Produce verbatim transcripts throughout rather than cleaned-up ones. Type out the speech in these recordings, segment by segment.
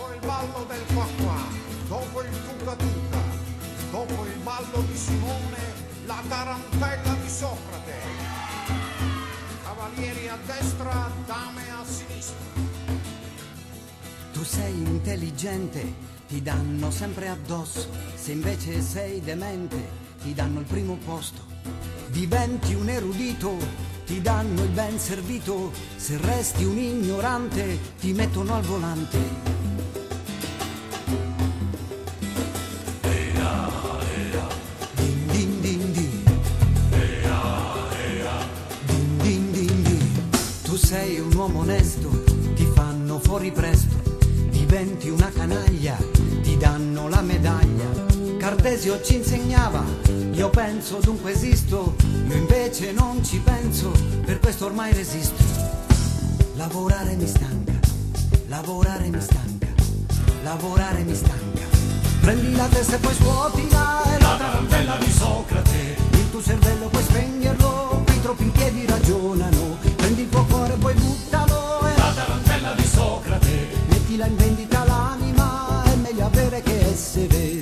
Dopo il ballo del qua qua, dopo il tuca tuca, dopo il ballo di Simone, la tarantella di Socrate. Cavalieri a destra, dame a sinistra. Tu sei intelligente, ti danno sempre addosso. Se invece sei demente, ti danno il primo posto. Diventi un erudito, ti danno il ben servito. Se resti un ignorante, ti mettono al volante. Sei un uomo onesto, ti fanno fuori presto, diventi una canaglia, ti danno la medaglia. Cartesio ci insegnava, io penso dunque esisto, io invece non ci penso, per questo ormai resisto. Lavorare mi stanca, lavorare mi stanca, lavorare mi stanca. Prendi la testa e poi scuotila, è la tarantella di Socrate. Il tuo cervello puoi spegnerlo, qui troppi in piedi ragionano. Prendi il tuo cuore e poi buttalo, è la tarantella di Socrate. Mettila in vendita l'anima, è meglio avere che essere.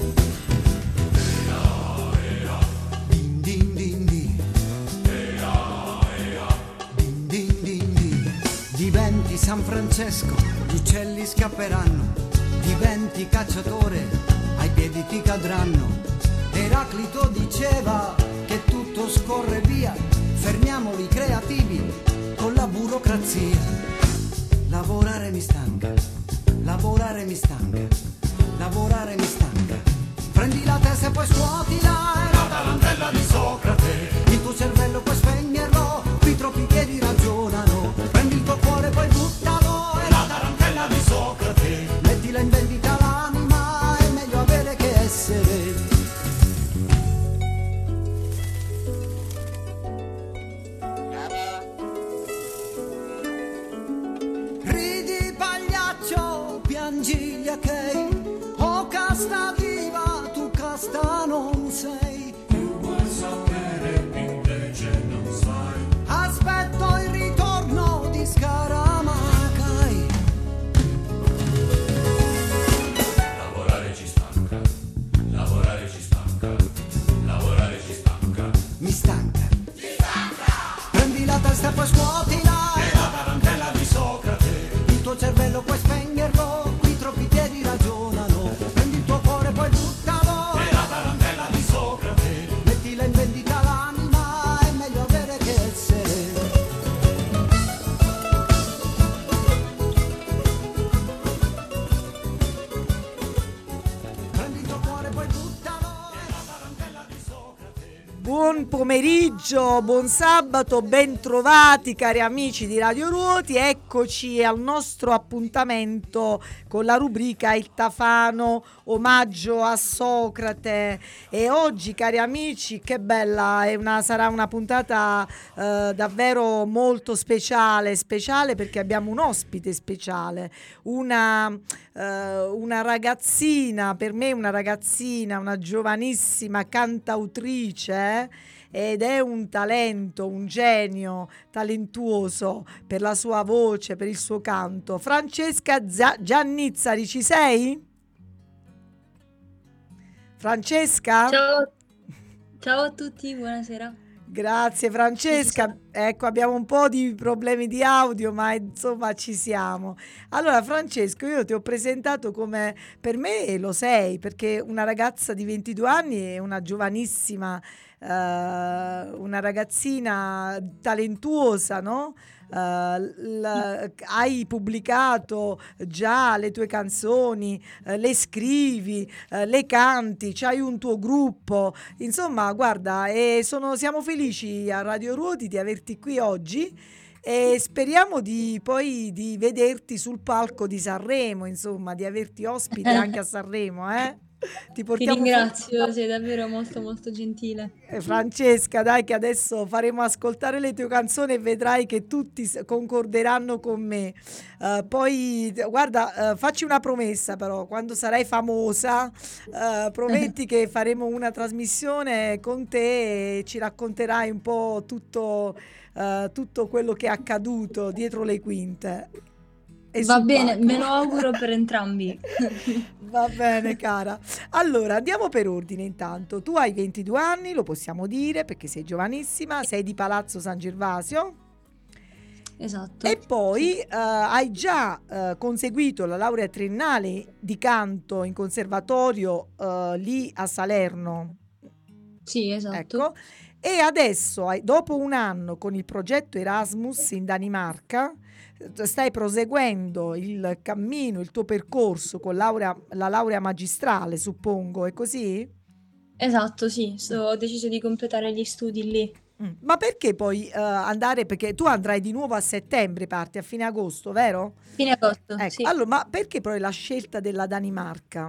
Ea, ea. Din din din di. Ea, ea. Din din din di. Diventi San Francesco, gli uccelli scapperanno. Diventi cacciatore, ai piedi ti cadranno. Eraclito diceva che tutto scorre via, fermiamoli creativi con la burocrazia. Lavorare mi stanca, lavorare mi stanca, lavorare mi stanca. Prendi la testa e poi scuotila, è la tarantella di Socrate. Il tuo cervello puoi spegnerlo, qui troppi piedi ragionano. Prendi il tuo cuore e poi buttalo, è la tarantella di Socrate. Mettila in vendita l'anima, è meglio avere che essere. Giglia che o casta diva, tu casta non sei. Tu vuoi sapere, invece non sai. Aspetto il ritorno di Scaramacai. Lavorare ci stanca, lavorare ci stanca, lavorare ci stanca. Mi stanca, Ci stanca! prendi la testa e poi scuotila, È la tarantella di Socrate. il tuo cervello puoi spegnerlo, qui troppi piedi ragionano. Prendi il tuo cuore e poi buttalo, È la tarantella di Socrate. mettila in vendita l'anima, è meglio avere che essere. Prendi il tuo cuore e poi buttalo, è la tarantella di Socrate. Buon pomeriggio, buon sabato, ben trovati cari amici di Radio Ruoti, eccoci al nostro appuntamento con la rubrica Il Tafano, omaggio a Socrate. E oggi cari amici, che bella, è una, sarà una puntata eh, davvero molto speciale, speciale perché abbiamo un ospite speciale, una, eh, una ragazzina, per me una ragazzina, una giovanissima cantautrice, ed è un talento, un genio talentuoso per la sua voce, per il suo canto. Francesca Za- Giannizzari, ci sei? Francesca? Ciao, ciao a tutti, buonasera. Grazie Francesca, ecco abbiamo un po' di problemi di audio ma insomma ci siamo. Allora Francesco, io ti ho presentato come, per me lo sei, perché una ragazza di ventidue anni è una giovanissima, eh, una ragazzina talentuosa, no? Uh, l- hai pubblicato già le tue canzoni, uh, le scrivi, uh, le canti, c'hai un tuo gruppo, insomma guarda, e sono, siamo felici a Radio Ruoti di averti qui oggi e speriamo di poi di vederti sul palco di Sanremo, insomma di averti ospite anche a Sanremo, eh? Ti Ti portiamo ringrazio, sei davvero molto molto gentile. Eh, Francesca, dai che adesso faremo ascoltare le tue canzoni e vedrai che tutti s- concorderanno con me. Eh, poi, d- guarda, eh, facci una promessa però, quando sarai famosa, eh, prometti che faremo una trasmissione con te e ci racconterai un po' tutto, eh, tutto quello che è accaduto dietro le quinte. e Va sul bene, palco. me lo auguro per entrambi. Va bene, cara. Allora, andiamo per ordine intanto. Tu hai ventidue anni, lo possiamo dire perché sei giovanissima, sei di Palazzo San Gervasio Esatto. e poi Sì. eh, hai già eh, conseguito la laurea triennale di canto in conservatorio eh, lì a Salerno. Sì, esatto. Ecco, e adesso, hai- dopo un anno con il progetto Erasmus in Danimarca, eh, stai proseguendo il cammino, il tuo percorso con laurea- la laurea magistrale, suppongo, è così? Esatto, sì, so- ho deciso di completare gli studi lì. Mm. Ma perché poi eh, andare? Perché tu andrai di nuovo a settembre, parti a fine agosto, vero? Fine agosto, Ecco, sì. allora, ma perché poi la scelta della Danimarca?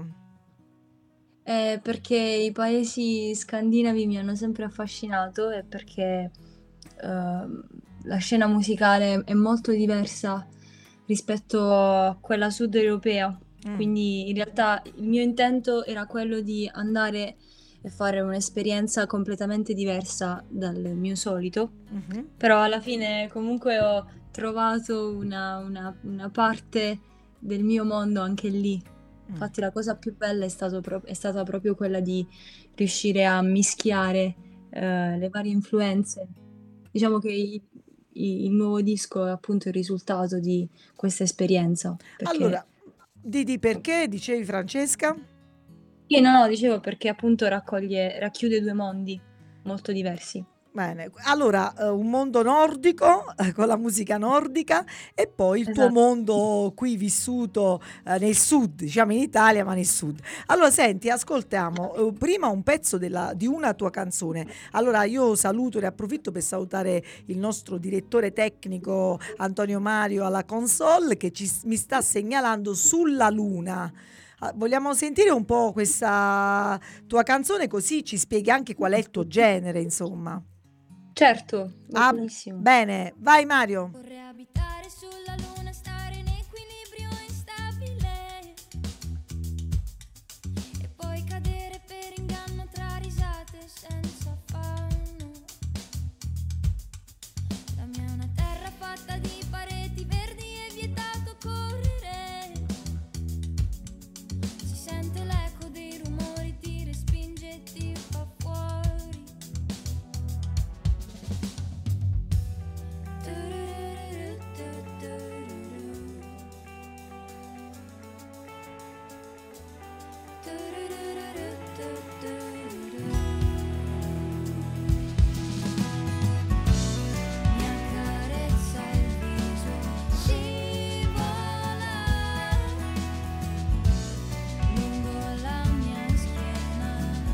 Eh, perché i paesi scandinavi mi hanno sempre affascinato e perché ehm, la scena musicale è molto diversa rispetto a quella sud europea. Mm. Quindi in realtà il mio intento era quello di andare e fare un'esperienza completamente diversa dal mio solito, Mhm. però alla fine comunque ho trovato una, una- una parte del mio mondo anche lì. Mm. Infatti la cosa più bella è, stato pro- è stata proprio quella di riuscire a mischiare eh, le varie influenze. Diciamo che i- i- il nuovo disco è appunto il risultato di questa esperienza, perché... Allora, Didi, perché dicevi Francesca? Sì, no, no, dicevo perché appunto raccoglie, racchiude due mondi molto diversi. Bene, allora eh, un mondo nordico eh, con la musica nordica e poi il tuo Esatto. mondo qui vissuto eh, nel sud, diciamo in Italia, ma nel sud. Allora, senti, ascoltiamo eh, prima un pezzo della- di una tua canzone. Allora, io saluto e approfitto per salutare il nostro direttore tecnico Antonio Mario alla console che ci, mi sta segnalando Sulla Luna. Ah, vogliamo sentire un po' questa tua canzone così ci spieghi anche qual è il tuo genere, insomma. Certo, va Ah, benissimo. bene, vai Mario. Vorrei abitare sulla luna, stare in equilibrio instabile e poi cadere per inganno tra risate senza affanno. La mia è una terra fatta di pareti verdi e vietato correre. Si sente l'eco dei rumori, ti respinge e ti fa fuori. Mi accarezza il viso, scivola lungo la mia schiena.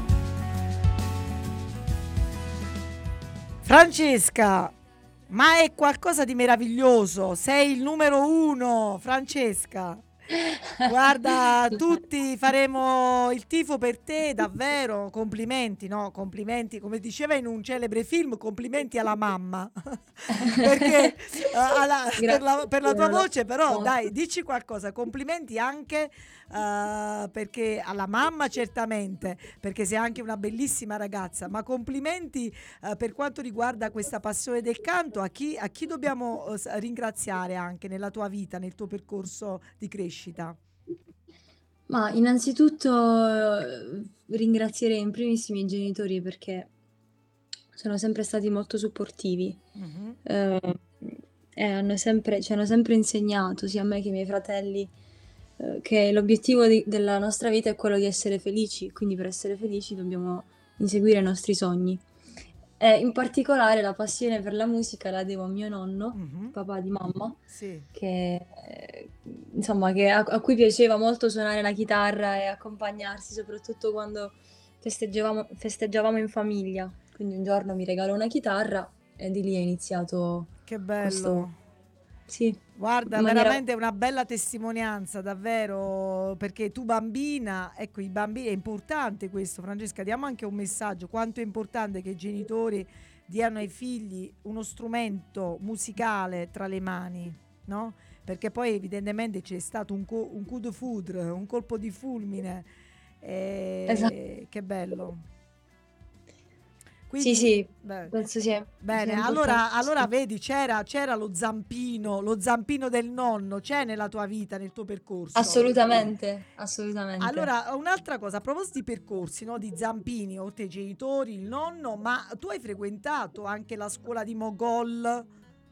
Francesca, ma è qualcosa di meraviglioso, sei il numero uno, Francesca. Guarda, tutti faremo il tifo per te, davvero, complimenti, no? Complimenti, come diceva in un celebre film, complimenti alla mamma, perché eh, alla- per, la, per la tua Grazie. voce, però No. dai, dici qualcosa, complimenti anche eh, perché alla mamma certamente, perché sei anche una bellissima ragazza, ma complimenti eh, per quanto riguarda questa passione del canto, a chi, a chi dobbiamo eh, s- ringraziare anche nella tua vita, nel tuo percorso di crescita? Ma innanzitutto eh, ringrazierei in primis i miei genitori perché sono sempre stati molto supportivi Mhm. eh, e hanno sempre, ci hanno sempre insegnato, sia a me che ai miei fratelli, eh, che l'obiettivo di- della nostra vita è quello di essere felici, quindi per essere felici dobbiamo inseguire i nostri sogni. E in particolare la passione per la musica la devo a mio nonno, Mhm. papà di mamma, Sì. che, eh, insomma, che a, a cui piaceva molto suonare la chitarra e accompagnarsi, soprattutto quando festeggiavamo, festeggiavamo in famiglia. Quindi un giorno mi regalò una chitarra e di lì è iniziato Che questo, bello. sì, Guarda, in maniera... veramente una bella testimonianza, davvero, perché tu bambina, ecco, i bambini, è importante questo, Francesca, diamo anche un messaggio, quanto è importante che i genitori diano ai figli uno strumento musicale tra le mani, no? Perché poi evidentemente c'è stato un, co- un coup de foudre, un colpo di fulmine, Esatto. e che bello. Quindi, sì, beh, penso sia, bene, sia allora, importante. allora vedi, c'era, c'era lo zampino, lo zampino del nonno, c'è nella tua vita, nel tuo percorso. Assolutamente, assolutamente. Allora, un'altra cosa, a proposito di percorsi, no, di zampini, oltre ai genitori, il nonno, ma tu hai frequentato anche la scuola di Mogol?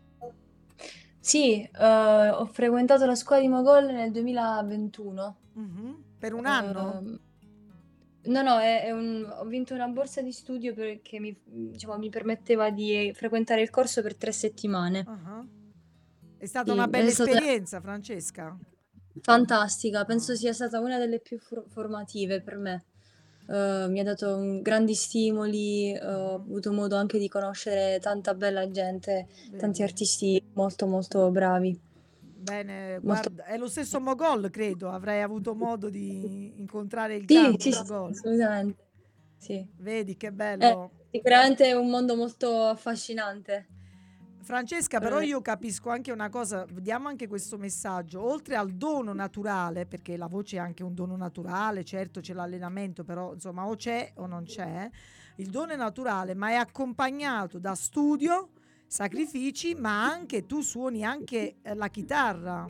Sì, eh, ho frequentato la scuola di Mogol nel duemilaventuno. Mhm. Per un anno? Ehm, no, no, è, è un- ho vinto una borsa di studio perché mi, diciamo, mi permetteva di frequentare il corso per tre settimane. Ah. È stata una Sì, bella è stata esperienza, Francesca. fantastica, penso Ah. sia stata una delle più for- formative per me. Eh, mi ha dato un- grandi stimoli, eh, ho avuto modo anche di conoscere tanta bella gente, tanti Vedi? artisti molto molto bravi. Bene, Molto... guarda, è lo stesso Mogol, credo, avrai avuto modo di incontrare il Sì, grande sì, sì, Mogol. assolutamente. Sì. Vedi che È bello. sicuramente un mondo molto affascinante. Francesca, però Eh, io capisco anche una cosa, vediamo anche questo messaggio, oltre al dono naturale, perché la voce è anche un dono naturale, certo c'è l'allenamento, però insomma o c'è o non c'è, il dono è naturale, ma è accompagnato da studio, sacrifici, ma anche tu suoni anche eh, la chitarra.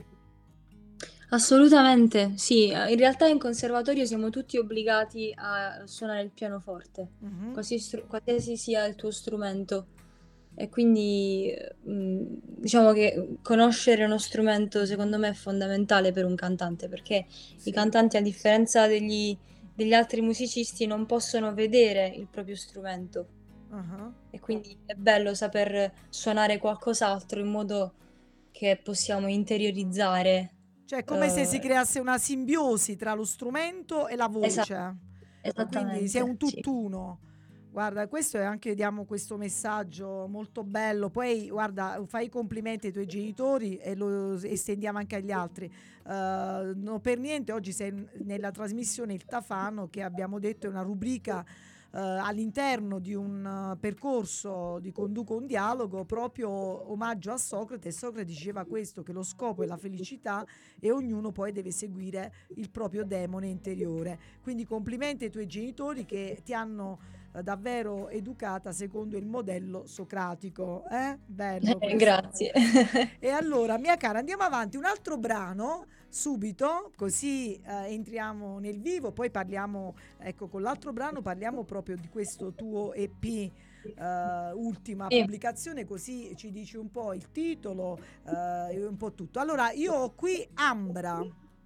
assolutamente, sì. In realtà in conservatorio siamo tutti obbligati a suonare il pianoforte, Mhm. qualsiasi, stru- qualsiasi sia il tuo strumento. E quindi mh, diciamo che conoscere uno strumento secondo me è fondamentale per un cantante, perché i Sì. cantanti, a differenza degli, degli altri musicisti, non possono vedere il proprio strumento. Ah. E quindi è bello saper suonare qualcos'altro in modo che possiamo interiorizzare. Cioè, è come se si eh, creasse una simbiosi tra lo strumento e la esa- voce. Quindi sei un esattamente, sì. tutt'uno. Guarda, questo è anche, diamo questo messaggio molto bello. Poi, guarda, fai i complimenti ai tuoi genitori e lo estendiamo anche agli altri. Eh, no, per niente, oggi sei n- nella trasmissione Il Tafano, che abbiamo detto è una rubrica eh, all'interno di un eh, percorso di Conduco un dialogo, proprio omaggio a Socrate. Socrate diceva questo, che lo scopo è la felicità e ognuno poi deve seguire il proprio demone interiore. Quindi complimenti ai tuoi genitori che ti hanno eh, davvero educata secondo il modello socratico. Eh? Bello Eh, questo. grazie. E allora, mia cara, andiamo avanti. Un altro brano subito, così eh, entriamo nel vivo, poi parliamo, ecco, con l'altro brano parliamo proprio di questo tuo E P. eh, ultima Sì, pubblicazione, così ci dici un po' il titolo eh, e un po' tutto. Allora, io ho qui Ambra.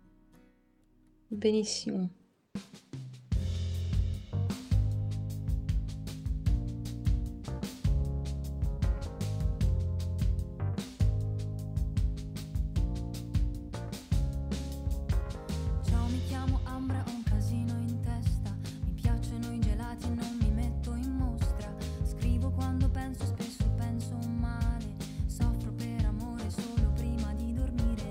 benissimo. Ciao, mi chiamo Ambra, ho un casino in testa. Mi piacciono i gelati e non mi metto in mostra. Scrivo quando penso, spesso penso male. Soffro per amore solo prima di dormire.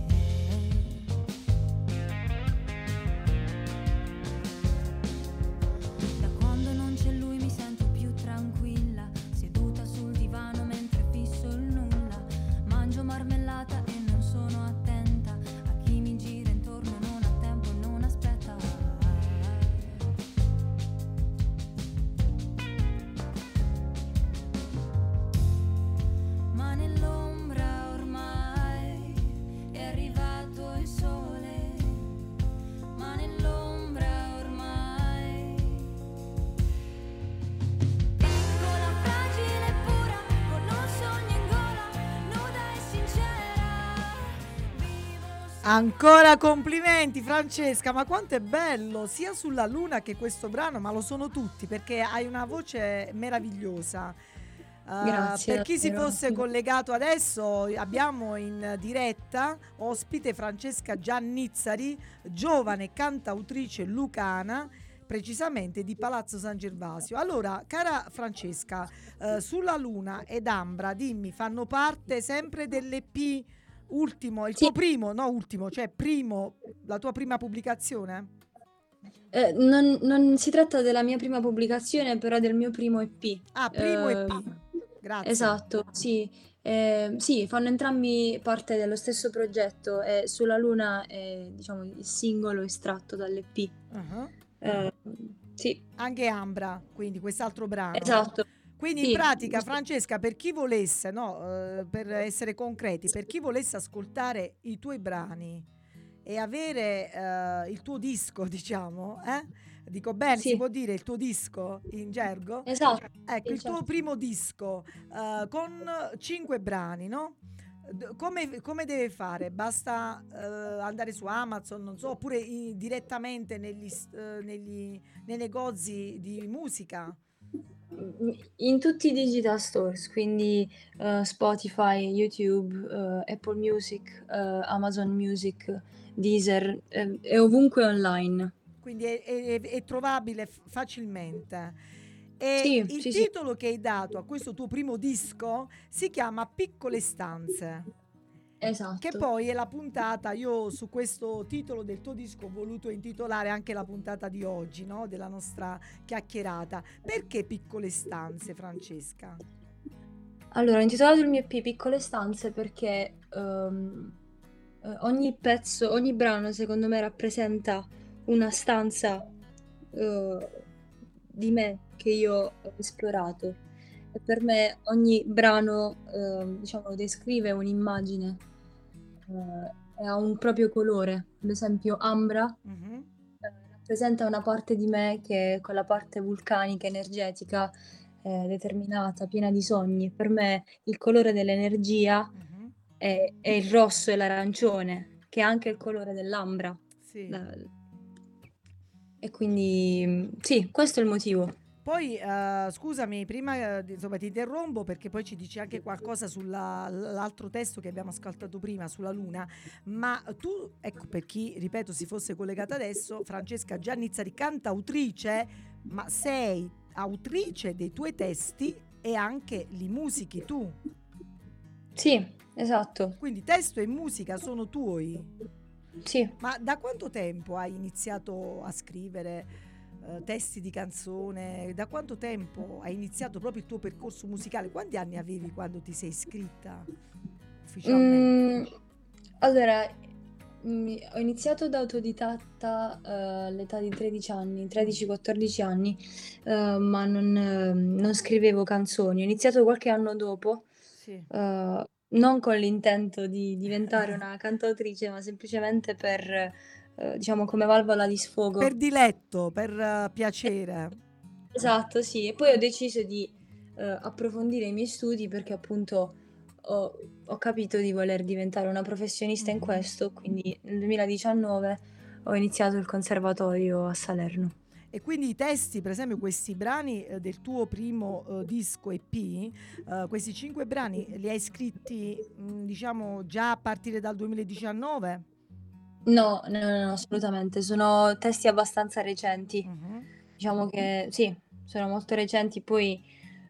Da quando non c'è lui mi sento più tranquilla, seduta sul divano mentre fisso il nulla. Mangio marmellata e non sono attenta a chi mi gira intorno, non ha tempo e non aspetta. Ma nell'ombra ormai è arrivato il sole. Ma nell'ombra ormai piccola, fragile e pura, con un sogno in gola, nuda e sincera. Vivo Ancora complimenti Francesca, ma quanto è bello sia sulla luna che questo brano, ma lo sono tutti perché hai una voce meravigliosa. Uh, Grazie, per chi si davvero. fosse collegato adesso, abbiamo in diretta ospite Francesca Giannizzari, giovane cantautrice lucana, precisamente di Palazzo San Gervasio. Allora, cara Francesca, uh, sulla luna ed Ambra, dimmi, fanno parte sempre dell'E P ultimo, il Sì, tuo primo, no ultimo, cioè primo, la tua prima pubblicazione? eh, non, non si tratta della mia prima pubblicazione, però del mio primo E P. Ah, primo Eh, E P. Grazie. esatto, sì. Eh, sì, fanno entrambi parte dello stesso progetto e Sulla Luna è, diciamo, il singolo estratto dall'E P. Uh-huh. Eh, sì, Anche Ambra, quindi quest'altro brano. esatto. Quindi in Sì, pratica, questo- Francesca, per chi volesse, no, eh, per essere concreti, per chi volesse ascoltare i tuoi brani e avere eh, il tuo disco, diciamo, eh? Dico bene, si sì, può dire il tuo disco in gergo? esatto. Ecco, Sì, il tuo certo. primo disco eh, con cinque brani, no? D- Come, come deve fare? Basta eh, andare su Amazon, non so, oppure i- direttamente negli, s- eh, negli- nei negozi di musica? In tutti i digital stores, quindi eh, Spotify, YouTube, eh, Apple Music, eh, Amazon Music, Deezer, eh, è ovunque online. Quindi è, è- è trovabile f- facilmente. E Sì, il sì, sì, titolo che hai dato a questo tuo primo disco si chiama Piccole stanze, che esatto. poi è la puntata, io su questo titolo del tuo disco ho voluto intitolare anche la puntata di oggi, no? Della nostra chiacchierata. Perché Piccole stanze, Francesca? Allora, ho intitolato il mio E P Piccole stanze perché ehm, eh, ogni pezzo, ogni brano secondo me rappresenta una stanza eh, di me che io ho esplorato. E per me ogni brano, ehm, diciamo, descrive un'immagine eh, e ha un proprio colore. Ad esempio, Ambra Mhm, eh, rappresenta una parte di me che è quella parte vulcanica, energetica, eh, determinata, piena di sogni. Per me il colore dell'energia mhm. è, è il rosso e l'arancione, che è anche il colore dell'ambra. Sì. La- E quindi mm, sì, questo è il motivo. Poi, eh, scusami, prima eh, di- insomma, ti interrompo perché poi ci dici anche qualcosa sull'altro testo che abbiamo ascoltato prima, sulla Luna, ma tu, ecco, per chi, ripeto, si fosse collegata adesso, Francesca Giannizzari, cantautrice, ma sei autrice dei tuoi testi e anche li musichi tu. Sì, esatto. Quindi testo e musica sono tuoi. Sì. Ma da quanto tempo hai iniziato a scrivere eh, testi di canzone? Da quanto tempo hai iniziato proprio il tuo percorso musicale? Quanti anni avevi quando ti sei iscritta ufficialmente? Mm, allora, mm, ho iniziato da autodidatta eh, all'età di tredici anni, Mm, tredici quattordici anni, eh, ma non, eh, non scrivevo canzoni. Ho iniziato qualche anno dopo, sì. eh, non con l'intento di diventare una cantautrice, ma semplicemente per, eh, diciamo, come valvola di Per sfogo. diletto, per eh, piacere. Esatto, sì. E poi ho deciso di eh, approfondire i miei studi perché appunto ho, ho capito di voler diventare una professionista in Mhm. questo, quindi nel duemiladiciannove ho iniziato il conservatorio a Salerno. E quindi i testi, per esempio, questi brani eh, del tuo primo eh, disco E P, eh, questi cinque brani li hai scritti, mh, diciamo, già a partire dal duemiladiciannove? No, no, no, no, assolutamente, sono testi abbastanza recenti. Mhm. Diciamo che sì, sono molto recenti, poi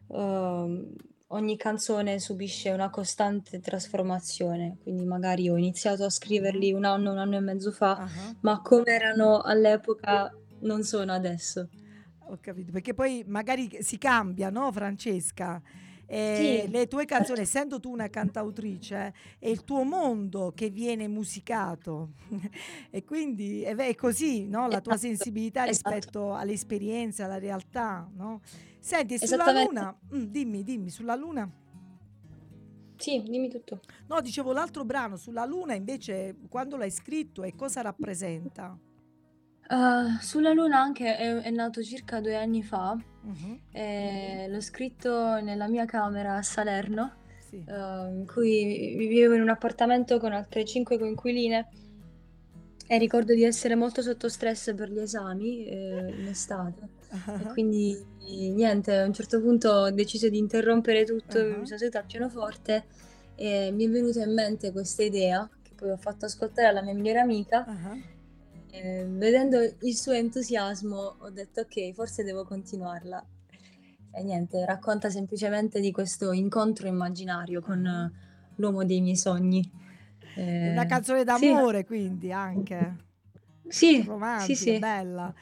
ehm, ogni canzone subisce una costante trasformazione, quindi magari ho iniziato a Mhm. scriverli un anno, un anno e mezzo fa, Ah. ma come erano all'epoca non sono adesso. Ho capito, perché poi magari si cambia, no, Francesca? Sì, E le tue canzoni, certo, essendo tu una cantautrice, è il tuo mondo che viene musicato e quindi è, ve- è così, no? La tua esatto, sensibilità esatto, rispetto alle esperienze, alla realtà, no? Senti, e sulla esattamente. Luna, mm, dimmi, dimmi, sulla Luna? Sì, dimmi tutto. No, dicevo l'altro brano, sulla Luna invece, quando l'hai scritto e cosa rappresenta? Uh, sulla Luna anche è, è nato circa due anni fa. Mhm, E l'ho scritto nella mia camera a Salerno, sì. eh, in cui vivevo in un appartamento con altre cinque coinquiline e ricordo di essere molto sotto stress per gli esami eh, in estate e quindi niente, a un certo punto ho deciso di interrompere tutto, mi Ah, sono seduta al pianoforte e mi è venuta in mente questa idea che poi ho fatto ascoltare alla mia migliore amica. ah, ah. E vedendo il suo entusiasmo ho detto ok, forse devo continuarla. E niente, racconta semplicemente di questo incontro immaginario con Ah. eh, l'uomo dei miei sogni. È una Eh, canzone sì, d'amore quindi anche, sì, sì, romantica, sì, bella.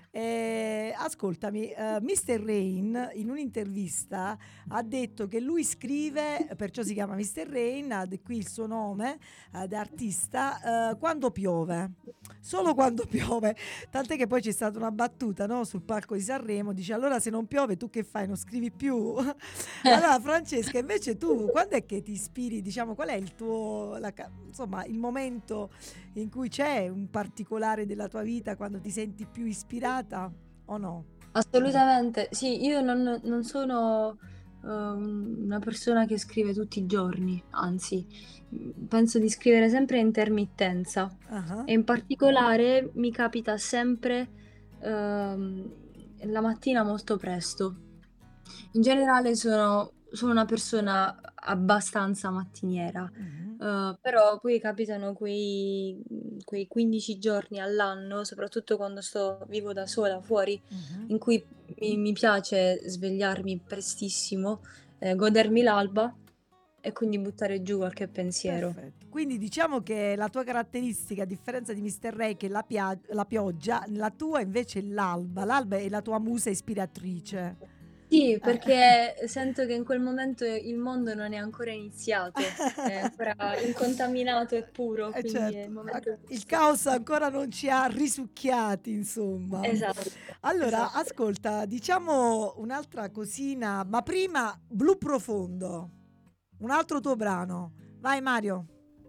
Eh, ascoltami, eh, mister Rain in un'intervista ha detto che lui scrive, perciò si chiama mister Rain, ha di qui il suo nome eh, da artista, eh, quando piove, solo quando piove, tant'è che poi c'è stata una battuta, no, sul palco di Sanremo, dice allora se non piove tu che fai, non scrivi più? Allora Francesca, invece tu quando è che ti ispiri, diciamo qual è il tuo, la ca- insomma il momento in cui c'è un particolare della tua vita quando ti senti più ispirata o no? Assolutamente, sì, io non, non sono ehm, una persona che scrive tutti i giorni, anzi, mh, penso di scrivere sempre a intermittenza Ah, e in particolare mi capita sempre ehm, la mattina molto presto. In generale sono, sono una persona abbastanza mattiniera, mhm, eh, però poi capitano quei, quei quindici giorni all'anno, soprattutto quando sto, vivo da sola fuori, mhm. in cui mi, mi piace svegliarmi prestissimo, eh, godermi l'alba e quindi buttare giù qualche pensiero. Perfetto. Quindi diciamo che la tua caratteristica, a differenza di mister Ray che è la, pia- la pioggia, la tua invece è l'alba. L'alba è la tua musa ispiratrice. Sì, Eh. perché sento che in quel momento il mondo non è ancora iniziato, è ancora incontaminato e puro, Eh, quindi è il certo, a- momento il giusto. caos ancora non ci ha risucchiati, insomma. Esatto, Allora, esatto. ascolta, diciamo un'altra cosina, ma prima Blu Profondo, un altro tuo brano. Vai Mario.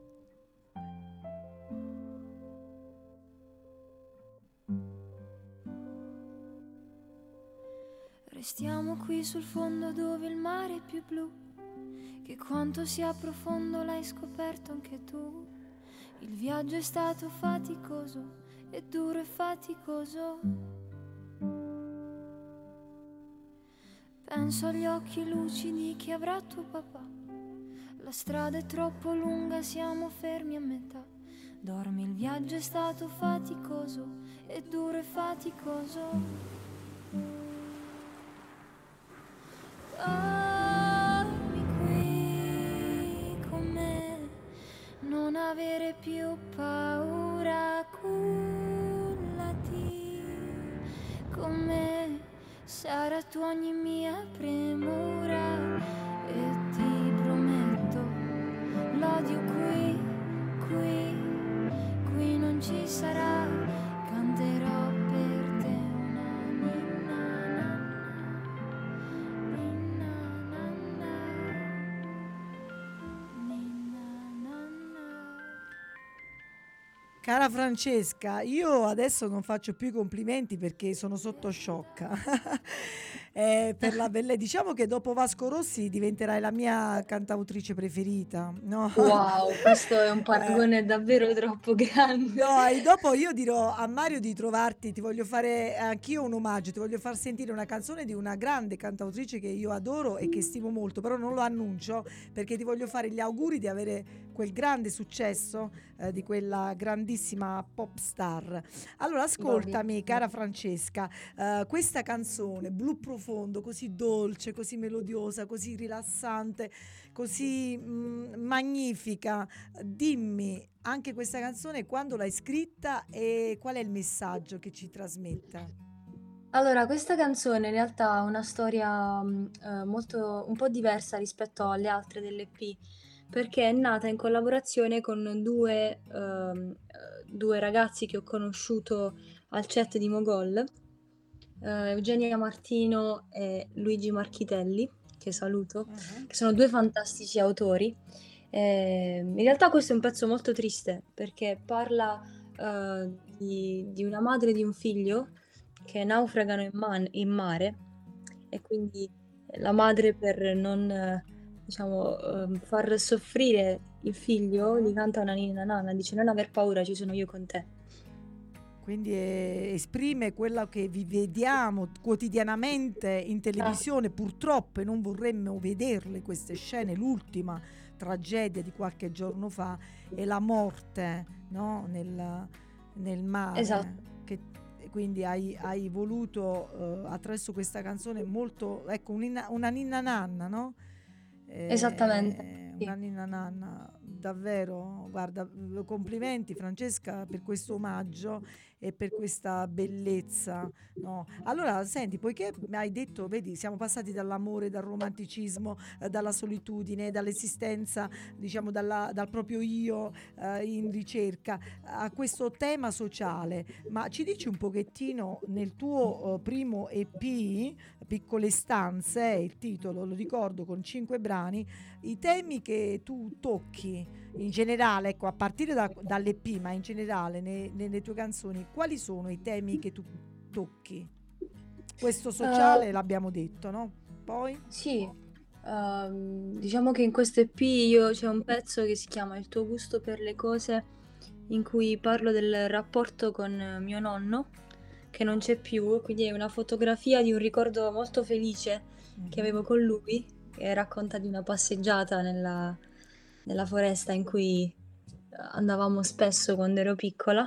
Restiamo qui sul fondo dove il mare è più blu, che quanto sia profondo l'hai scoperto anche tu. Il viaggio è stato faticoso, e duro e faticoso. Penso agli occhi lucidi che avrà tuo papà. La strada è troppo lunga, siamo fermi a metà. Dormi, il viaggio è stato faticoso, e duro e faticoso. Dormi qui con me, non avere più paura, cullati con me, sarà tu ogni mia premura e ti prometto l'odio qui, qui, qui non ci sarà, canterò per te una ninna Cara Francesca, io adesso non faccio più i complimenti perché sono sotto sciocca. Eh, per la belle, diciamo che dopo Vasco Rossi diventerai la mia cantautrice preferita, no? Wow, questo è un Eh, paragone davvero troppo grande. No, e dopo io dirò a Mario di trovarti, ti voglio fare anch'io un omaggio, ti voglio far sentire una canzone di una grande cantautrice che io adoro e che stimo molto, però non lo annuncio perché ti voglio fare gli auguri di avere quel grande successo eh, di quella grandissima pop star. Allora, Va ascoltami, benissimo. cara Francesca, eh, questa canzone blu profondo, così dolce, così melodiosa, così rilassante, così mm, magnifica. Dimmi anche questa canzone quando l'hai scritta e qual è il messaggio che ci trasmette? Allora, questa canzone in realtà ha una storia mm, eh, molto, un po' diversa rispetto alle altre dell'E P, perché è nata in collaborazione con due, ehm, eh, due ragazzi che ho conosciuto al chat di Mogol, eh, Eugenia Martino e Luigi Marchitelli, che saluto, Mhm. che sono due fantastici autori. Eh, in realtà questo è un pezzo molto triste perché parla eh, di, di una madre e di un figlio che naufragano in, man- in mare e quindi la madre per non eh, diciamo ehm, far soffrire il figlio gli Mhm. canta una ninna nanna, dice non aver paura, ci sono io con te. Quindi eh, esprime quello che vi vediamo quotidianamente in televisione, purtroppo, e non vorremmo vederle queste scene. L'ultima tragedia di qualche giorno fa è la morte, no? nel, nel mare. Esatto, Che, quindi hai, hai voluto eh, attraverso questa canzone molto, ecco, un'inna- una ninna nanna, no? esattamente. Eh, Sì. una ninna nanna, davvero, guarda, complimenti Francesca per questo omaggio e per questa bellezza, no? Allora, senti, poiché mi hai detto, vedi, siamo passati dall'amore, dal romanticismo, eh, dalla solitudine, dall'esistenza, diciamo, dalla- dal proprio io eh, in ricerca, a questo tema sociale, ma ci dici un pochettino nel tuo eh, primo E P, Piccole stanze, è il titolo, lo ricordo, con cinque brani, i temi che tu tocchi in generale, ecco, a partire da- dall'E P, ma in generale ne- nelle tue canzoni, quali sono i temi che tu tocchi? Questo Eh, sociale l'abbiamo detto, no? Poi? sì, ehm, diciamo che in questo E P io c'è un pezzo che si chiama Il tuo gusto per le cose, in cui parlo del rapporto con eh, mio nonno, che non c'è più, quindi è una fotografia di un ricordo molto felice che Mhm, avevo con lui, e racconta di una passeggiata nella, nella foresta in cui eh, andavamo spesso quando ero piccola.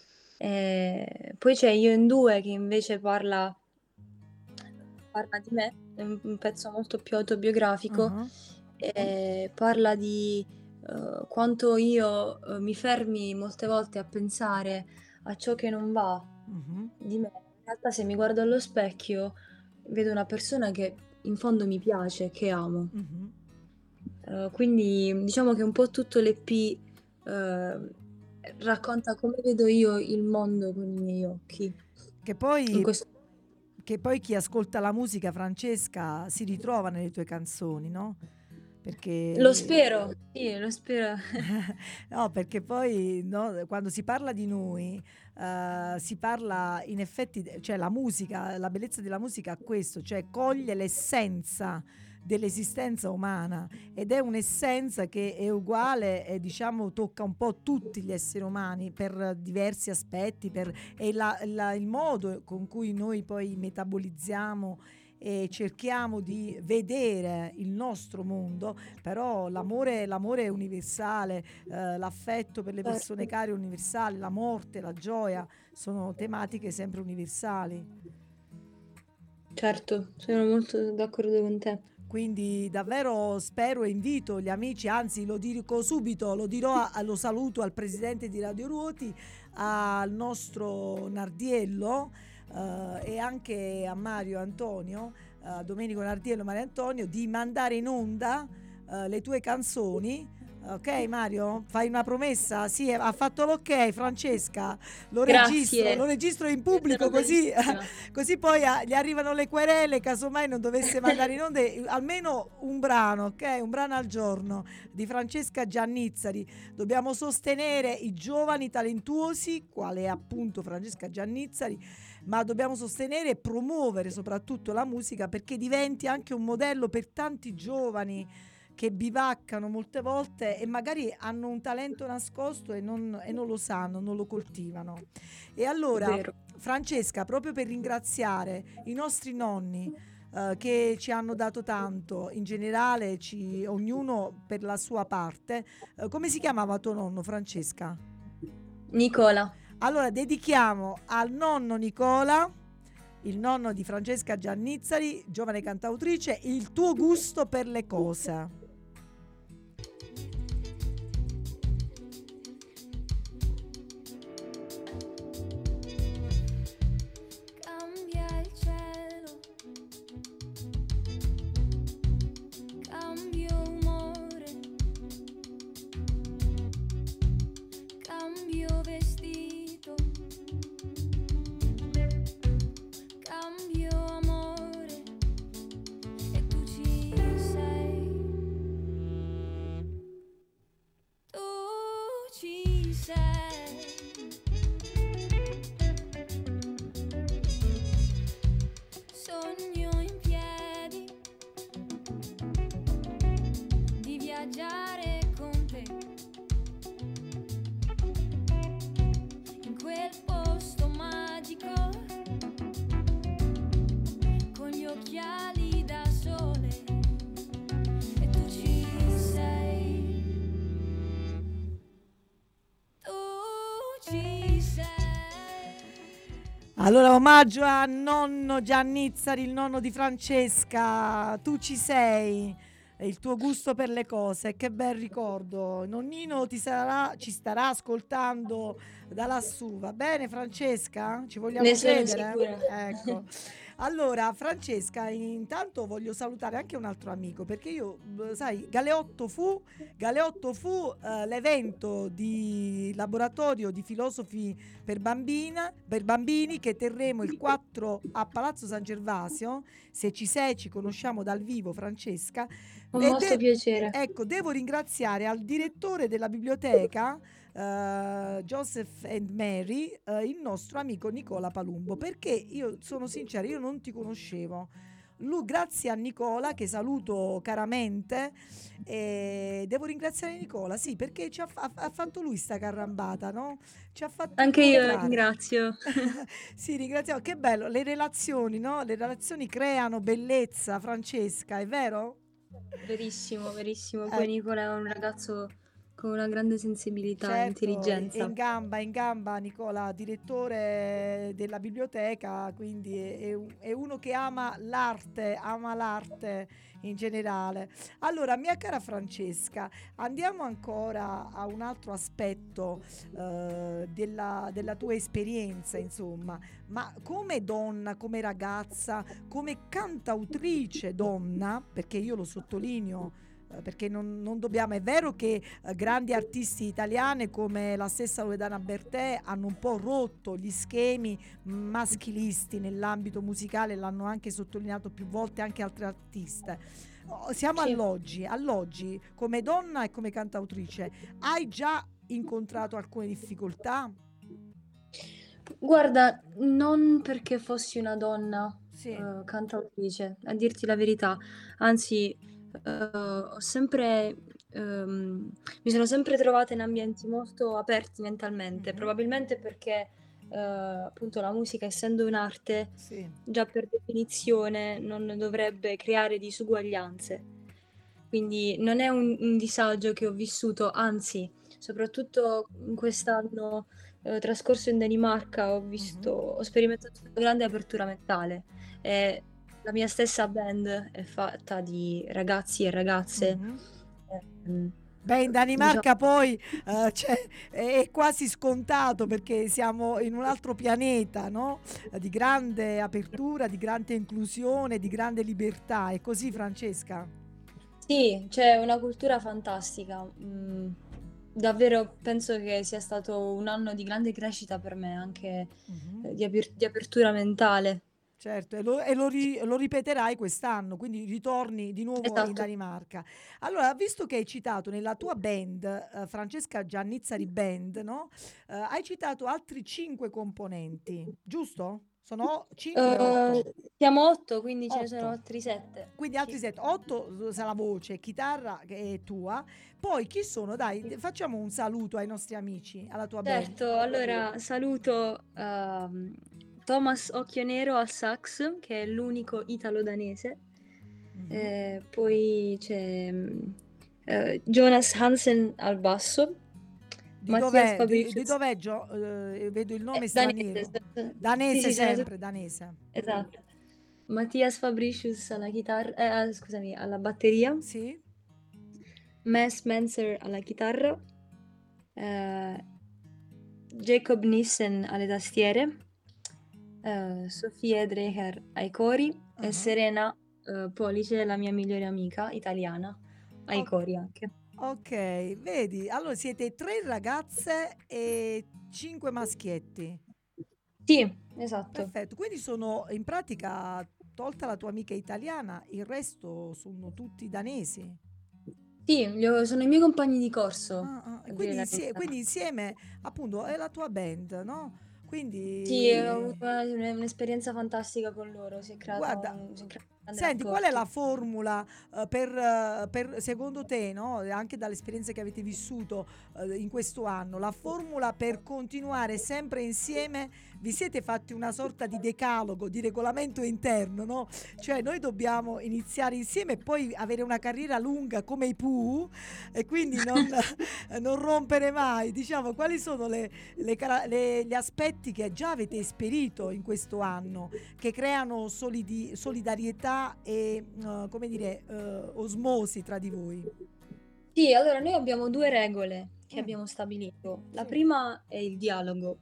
E poi c'è Io in due che invece parla, parla di me, è un, un pezzo molto più autobiografico, aha, e parla di eh, quanto io eh, mi fermi molte volte a pensare a ciò che non va mhm, di me. In realtà se mi guardo allo specchio vedo una persona che in fondo mi piace, che amo. mhm. Eh, quindi diciamo che un po' tutto l'E P eh, racconta come vedo io il mondo con i miei occhi. Che In poi, questo... che poi chi ascolta la musica, Francesca, si ritrova nelle tue canzoni, no? Lo Perché spero, sì, lo spero. no, perché poi, no, quando si parla di noi, eh, si parla in effetti, de- cioè la musica, la bellezza della musica ha questo, cioè coglie l'essenza dell'esistenza umana, ed è un'essenza che è uguale e diciamo tocca un po' tutti gli esseri umani per diversi aspetti, per, è la- la- il modo con cui noi poi metabolizziamo e cerchiamo di vedere il nostro mondo, però l'amore, l'amore è universale, eh, l'affetto per le persone Certo, care è universale, la morte, la gioia sono tematiche sempre universali. certo, sono molto d'accordo con te. Quindi davvero spero e invito gli amici, anzi lo dico subito, lo dirò, a- lo saluto al presidente di Radio Ruoti, al nostro Nardiello eh, e anche a Mario Antonio, eh, Domenico Nardiello, Mario Antonio, di mandare in onda eh, le tue canzoni. Ok Mario, fai una promessa? Sì, ha fatto l'ok Francesca, lo registro, lo Grazie, registro in io pubblico sono così felicissima. così poi a- gli arrivano le querele, casomai non dovesse mandare in onda eh, almeno un brano, ok? Un brano al giorno di Francesca Giannizzari. Dobbiamo sostenere i giovani talentuosi, quale è appunto Francesca Giannizzari, ma dobbiamo sostenere e promuovere soprattutto la musica perché diventi anche un modello per tanti giovani che bivaccano molte volte e magari hanno un talento nascosto e non, e non lo sanno, non lo coltivano. E allora, Vero. Francesca, proprio per ringraziare i nostri nonni eh, che ci hanno dato tanto, in generale, ci- ognuno per la sua parte, eh, come si chiamava tuo nonno, Francesca? Nicola, Allora, dedichiamo al nonno Nicola, il nonno di Francesca Giannizzari, giovane cantautrice, il tuo gusto per le cose. Cambia il cielo, cambio umore, cambio vestito, cambio amore e tu ci sei, tu ci sei. Sogno in piedi di viaggiare con te in quel posto magico con gli occhiali da sole e tu ci sei, tu ci sei. Allora, omaggio a nonno Giannizzari, il nonno di Francesca, tu ci sei. E il tuo gusto per le cose, che bel ricordo. Nonnino ti sarà, ci starà ascoltando da lassù, va bene Francesca? Ci vogliamo Ne sono credere? sicura. Ecco. Allora, Francesca, intanto voglio salutare anche un altro amico, perché io, b- sai, Galeotto fu, Galeotto fu eh, l'evento di laboratorio di filosofi per bambina, per bambini che terremo il quattro a Palazzo San Gervasio. Se ci sei, ci conosciamo dal vivo, Francesca. Con E molto de- piacere. ecco, devo ringraziare al direttore della biblioteca eh, Joseph and Mary, eh, il nostro amico Nicola Palumbo, perché io sono sincera, io non ti conoscevo. Lui, grazie a Nicola, che saluto caramente, e devo ringraziare Nicola, sì, perché ci ha, fa- ha fatto lui sta carrambata, no? Ci ha fatto Anche io incontrare. ringrazio. Sì, ringraziamo. Che bello, le relazioni, no? Le relazioni creano bellezza, Francesca, è vero? Verissimo, verissimo. Eh, Poi Nicola è un ragazzo con una grande sensibilità e certo, è intelligenza. in gamba, è in gamba Nicola, direttore della biblioteca, quindi è, è un- è uno che ama l'arte, ama l'arte in generale. Allora, mia cara Francesca, andiamo ancora a un altro aspetto eh, della, della tua esperienza, insomma, ma come donna, come ragazza, come cantautrice donna, perché io lo sottolineo, eh, perché non, non dobbiamo, è vero che eh, grandi artisti italiane come la stessa Loredana Bertè hanno un po' rotto gli schemi maschilisti nell'ambito musicale, l'hanno anche sottolineato più volte anche altre artiste. Oh, siamo Sì. all'oggi, all'oggi, come donna e come cantautrice, hai già incontrato alcune difficoltà? Guarda, non perché fossi una donna Sì. eh, cantautrice, a dirti la verità, anzi, eh, ho sempre, ehm, mi sono sempre trovata in ambienti molto aperti mentalmente, Mhm. probabilmente perché eh, appunto la musica, essendo un'arte, Sì. già per definizione non dovrebbe creare disuguaglianze. Quindi non è un, un disagio che ho vissuto, anzi, soprattutto in quest'anno eh, trascorso in Danimarca ho visto, Mhm. ho sperimentato una grande apertura mentale. E la mia stessa band è fatta di ragazzi e ragazze, Mhm. ehm, Beh, in diciamo, Danimarca poi eh, cioè, è quasi scontato perché siamo in un altro pianeta, no? Eh, Di grande apertura, di grande inclusione, di grande libertà. È così, Francesca? sì, c'è una cultura fantastica. Mm, davvero penso che sia stato un anno di grande crescita per me, anche Mhm. eh, di, aper- di apertura mentale. Certo, e lo, e lo ri- lo ripeterai quest'anno, quindi ritorni di nuovo in Esatto. Danimarca. Allora, visto che hai citato nella tua band, eh, Francesca Giannizzari Band, no? Eh, hai citato altri cinque componenti, giusto? Sono cinque o Eh, otto? siamo otto, quindi ce ne sono Otto. altri sette. Quindi altri Sì. sette, otto sarà voce, chitarra che è tua. Poi chi sono? Dai, Sì. facciamo un saluto ai nostri amici, alla tua band. Certo, allora saluto ehm, Thomas Occhio Nero al sax, che è l'unico italo-danese. Mhm. Eh, poi c'è mm, eh, Jonas Hansen al basso, Di Mattias dov'è? Di, di Fabricius, dov'è Gio- eh, vedo il nome eh, danese, straniero. s- sì, Danese sì, sono sempre, tutti- danese. esatto. Mattias Fabricius alla chitarra, eh, ah, scusami, alla batteria, Sì? Mads Menzer alla chitarra, eh, Jacob Nissen alle tastiere, eh, Sofia Dreher ai cori e Ah, Serena eh, Police, la mia migliore amica italiana, ai o- cori anche. ok, vedi, allora siete tre ragazze e cinque maschietti. Sì, esatto. Perfetto, quindi sono in pratica, tolta la tua amica italiana, il resto sono tutti danesi. Sì, li ho- sono i miei compagni di corso, Ah, ah, e a dire quindi, la insie- verità. quindi insieme, appunto, è la tua band, no? Sì, ho Quindi, avuto una- un- un'esperienza fantastica con loro, si è creata guarda, un, si è creato un grande senti, qual è la rapporto. formula eh, per, eh, per- secondo te, no? E anche dalle esperienze che avete vissuto eh, in questo anno, la formula per continuare sempre insieme? Vi siete fatti una sorta di decalogo, di regolamento interno, no? Cioè noi dobbiamo iniziare insieme e poi avere una carriera lunga come i Pooh e quindi non, non rompere mai. Diciamo, quali sono le, le cara- le- gli aspetti che già avete esperito in questo anno, che creano solidi- solidarietà felicità e, uh, come dire, uh, osmosi tra di voi? Sì, allora noi abbiamo due regole che Mm. abbiamo stabilito. La Sì. prima è il dialogo.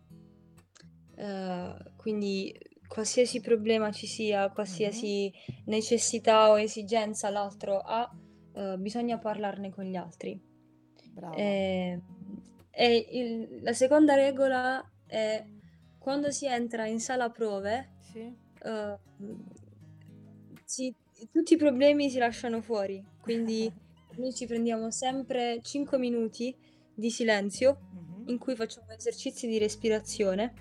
Eh, quindi qualsiasi problema ci sia, qualsiasi necessità o esigenza l'altro ha, eh, bisogna parlarne con gli altri. Brava. Eh, e il- la seconda regola è quando si entra in sala prove, Sì. eh, si- tutti i problemi si lasciano fuori, quindi noi ci prendiamo sempre cinque minuti di silenzio Mhm. in cui facciamo esercizi di respirazione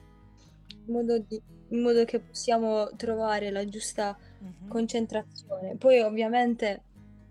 in modo, di- in modo che possiamo trovare la giusta Mhm. concentrazione. Poi ovviamente,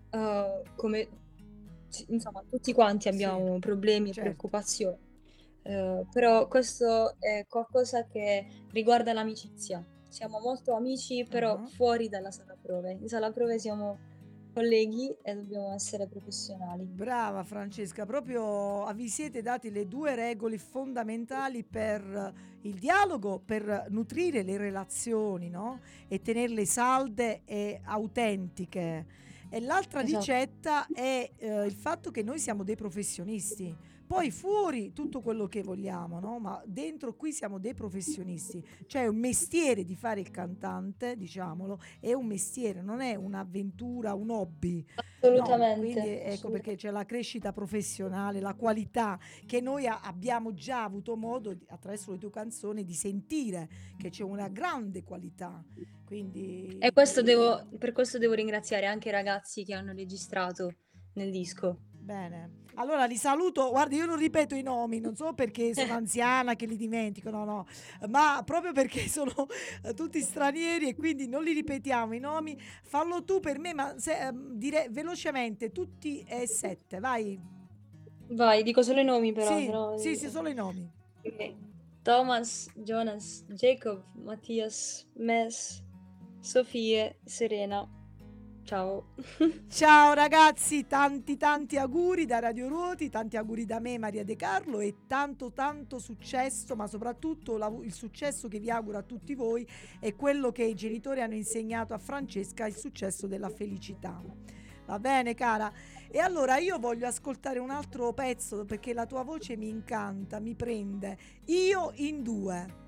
eh, come ci- insomma, tutti quanti abbiamo Sì, problemi e certo. preoccupazioni, eh, però questo è qualcosa che riguarda l'amicizia. Siamo molto amici, però Mhm. fuori dalla sala prove. In sala prove siamo colleghi e dobbiamo essere professionali. Brava Francesca, proprio vi siete dati le due regole fondamentali per il dialogo, per nutrire le relazioni, no? E tenerle salde e autentiche. E l'altra Esatto. ricetta è eh, il fatto che noi siamo dei professionisti. Poi fuori tutto quello che vogliamo, no? Ma dentro qui siamo dei professionisti. Cioè un mestiere di fare il cantante, diciamolo, è un mestiere, non è un'avventura, un hobby. No, Assolutamente. quindi ecco assolutamente. perché c'è la crescita professionale, la qualità che noi a- abbiamo già avuto modo di- attraverso le tue canzoni di sentire che c'è una grande qualità. Quindi E questo devo, per questo devo ringraziare anche i ragazzi che hanno registrato nel disco. bene. Allora li saluto, guarda, io non ripeto i nomi, non so perché sono anziana che li dimentico, no, no, ma proprio perché sono eh, tutti stranieri e quindi non li ripetiamo i nomi. Fallo tu per me, ma se, ehm, dire velocemente tutti e sette, vai. Vai, dico solo i nomi però, Sì, sennò... sì, sì, solo i nomi. Ok. Thomas, Jonas, Jacob, Mattias, Mes, Sofie, Serena. Ciao. Ciao ragazzi, tanti tanti auguri da Radio Ruoti, tanti auguri da me Maria De Carlo e tanto tanto successo, ma soprattutto la- il successo che vi auguro a tutti voi è quello che i genitori hanno insegnato a Francesca, il successo della felicità. Va bene cara? E allora io voglio ascoltare un altro pezzo perché la tua voce mi incanta, mi prende. Io in due.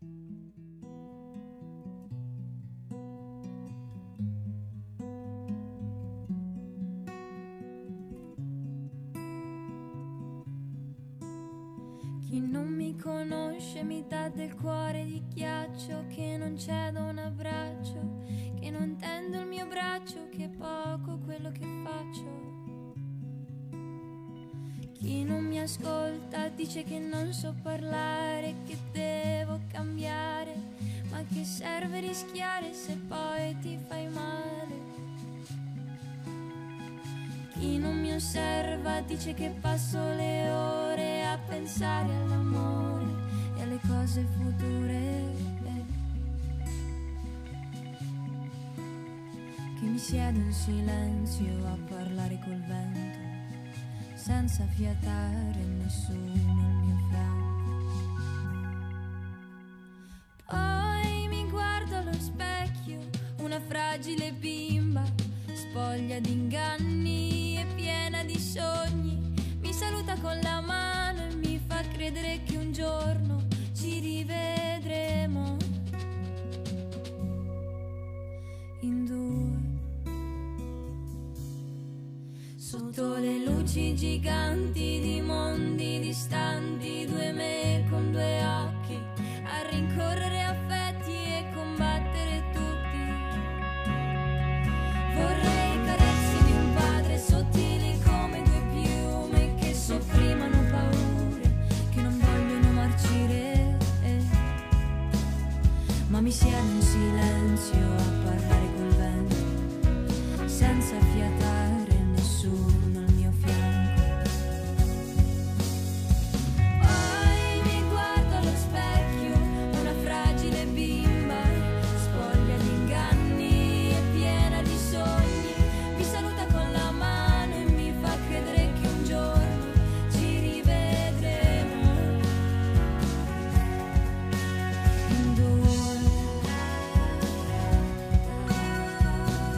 Chi non mi conosce mi dà del cuore di ghiaccio, che non cedo un abbraccio, che non tendo il mio braccio, che è poco quello che faccio. Chi non mi ascolta dice che non so parlare, che devo cambiare, ma che serve rischiare se poi ti fai male. Chi non mi osserva dice che passo le ore a pensare all'amore e alle cose future. Che mi siedo in silenzio a parlare col vento, senza fiatare nessuno al mio fianco. Poi mi guardo allo specchio, una fragile bimba, spoglia di inganni e piena di sogni. Mi saluta con la mano e mi fa credere che un giorno ci rivedremo in due, sotto le luci giganti di mondi distanti, due me con due occhi a rincorrere affetti e combattere tutti. Vorrei carezze di un padre sottili come due piume che sopprimano paure che non vogliono marcire, eh. Ma mi siedo in silenzio a parlare col vento, senza fiatare nessuno al mio fianco. Poi mi guardo allo specchio, una fragile bimba, spoglia di inganni e piena di sogni. Mi saluta con la mano e mi fa credere che un giorno ci rivedremo in due.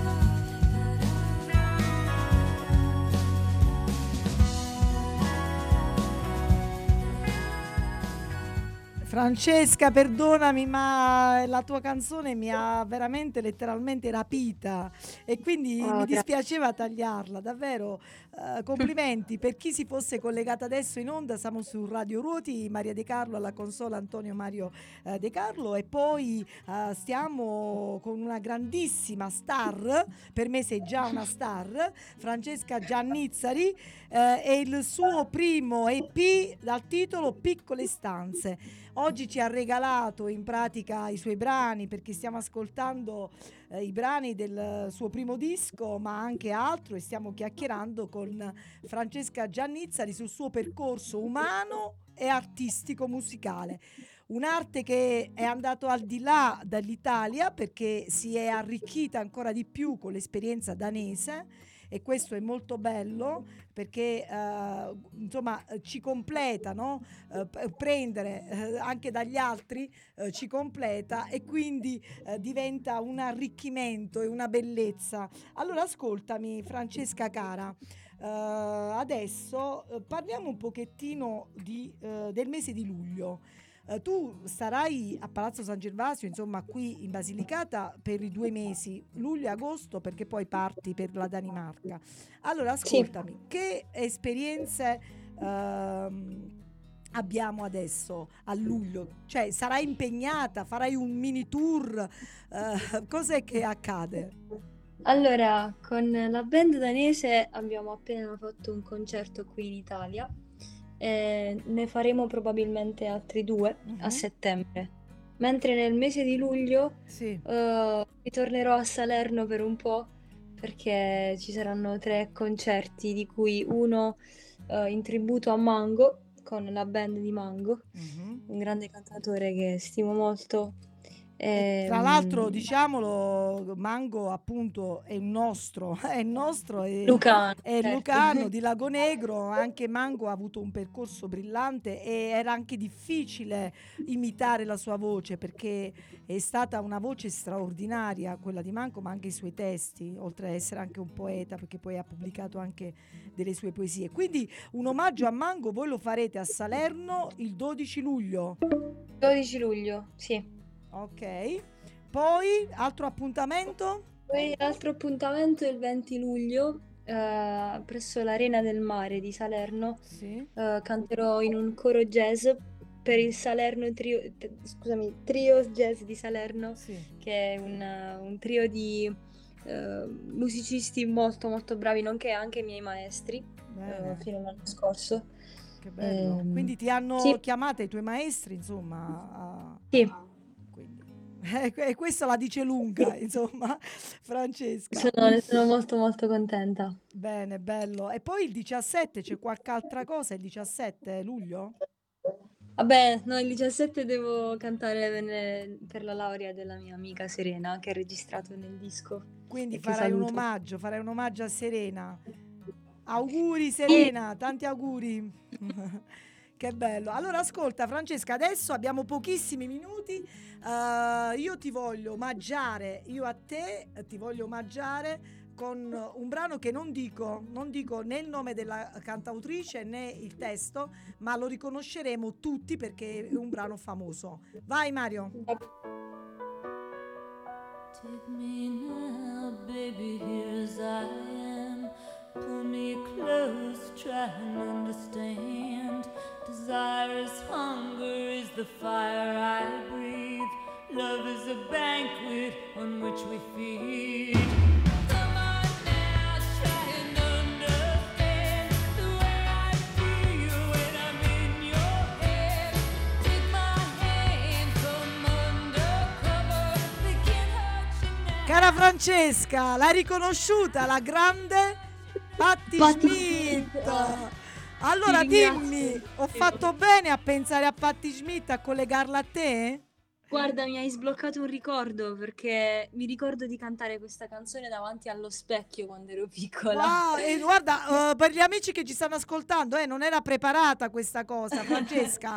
Francesca, perdonami, ma la tua canzone mi ha veramente letteralmente rapita e quindi Oh, mi gra- dispiaceva tagliarla, davvero. eh, complimenti per chi si fosse collegata adesso in onda. Siamo su Radio Ruoti, Maria De Carlo alla console, Antonio Mario eh, De Carlo, e poi eh, stiamo con una grandissima star, per me sei già una star, Francesca Giannizzari, eh, e il suo primo E P dal titolo Piccole stanze. Oggi ci ha regalato in pratica i suoi brani, perché stiamo ascoltando eh, i brani del suo primo disco, ma anche altro, e stiamo chiacchierando con Francesca Giannizzari sul suo percorso umano e artistico musicale. Un'arte che è andato al di là dall'Italia, perché si è arricchita ancora di più con l'esperienza danese, e questo è molto bello perché eh, insomma eh, ci completa, no? Eh, p- prendere eh, anche dagli altri eh, ci completa, e quindi eh, diventa un arricchimento e una bellezza. Allora ascoltami Francesca cara, eh, adesso eh, parliamo un pochettino di, eh, del mese di luglio. Eh, tu starai a Palazzo San Gervasio, insomma qui in Basilicata, per i due mesi, luglio e agosto, perché poi parti per la Danimarca. Allora Sì. ascoltami, che esperienze ehm, abbiamo adesso a luglio? Cioè sarai impegnata, farai un mini tour, eh, cos'è che accade? Allora, con la band danese abbiamo appena fatto un concerto qui in Italia e ne faremo probabilmente altri due a Mhm. settembre. Mentre nel mese di luglio Sì. eh, ritornerò a Salerno per un po' perché ci saranno tre concerti, di cui uno eh, in tributo a Mango con la band di Mango, Mhm. un grande cantautore che stimo molto. E tra l'altro, Ehm, diciamolo, Mango appunto è un nostro, è il nostro, è, Lucano, è certo. lucano di Lago Negro. Anche Mango ha avuto un percorso brillante e era anche difficile imitare la sua voce, perché è stata una voce straordinaria quella di Mango, ma anche i suoi testi, oltre ad essere anche un poeta, perché poi ha pubblicato anche delle sue poesie. Quindi un omaggio a Mango voi lo farete a Salerno il dodici luglio. dodici luglio, sì. Ok, poi altro appuntamento? Poi l'altro appuntamento è il venti luglio, eh, presso l'Arena del Mare di Salerno. Sì. Eh, canterò in un coro jazz per il Salerno Trio, t- scusami, Trio Jazz di Salerno, Sì. che è un, eh, un trio di eh, musicisti molto molto bravi, nonché anche i miei maestri, eh, Bene, fino all'anno scorso. che bello. Ehm, Quindi ti hanno sì, chiamata i tuoi maestri, insomma. a- sì, quindi. E que- e questo la dice lunga, insomma, Francesca. sono, ne sono molto molto contenta. Bene, bello. E poi il diciassette c'è qualche altra cosa? Il diciassette luglio? Vabbè, no, il diciassette devo cantare per le- per la laurea della mia amica Serena, che ha registrato nel disco Quindi e che farai un saluto. omaggio, farai un omaggio a Serena. Auguri Sì, Serena, tanti auguri. Che bello. Allora ascolta Francesca, adesso abbiamo pochissimi minuti. Eh, io ti voglio omaggiare, io a te eh, ti voglio omaggiare con un brano che non dico, non dico né il nome della cantautrice né il testo, ma lo riconosceremo tutti perché è un brano famoso. Vai Mario. Take me now, baby, here as I am. Pull me close, try and understand. Desire is hunger, is the fire I breathe. Love is a banquet on which we feed. Come on now, try and understand the way I feel when I'm in your head. Take my hand, come undercover. They can't hurt you now. Cara Francesca, l'hai riconosciuta la grande Patti Patti Schmidt? Schmidt. Allora Ti ringrazio dimmi, ho tantissimo. fatto bene a pensare a Patti Schmidt, a collegarla a te? Guarda, mi hai sbloccato un ricordo perché mi ricordo di cantare questa canzone davanti allo specchio quando ero piccola. Wow, e guarda, eh, per gli amici che ci stanno ascoltando, eh, non era preparata questa cosa, Francesca.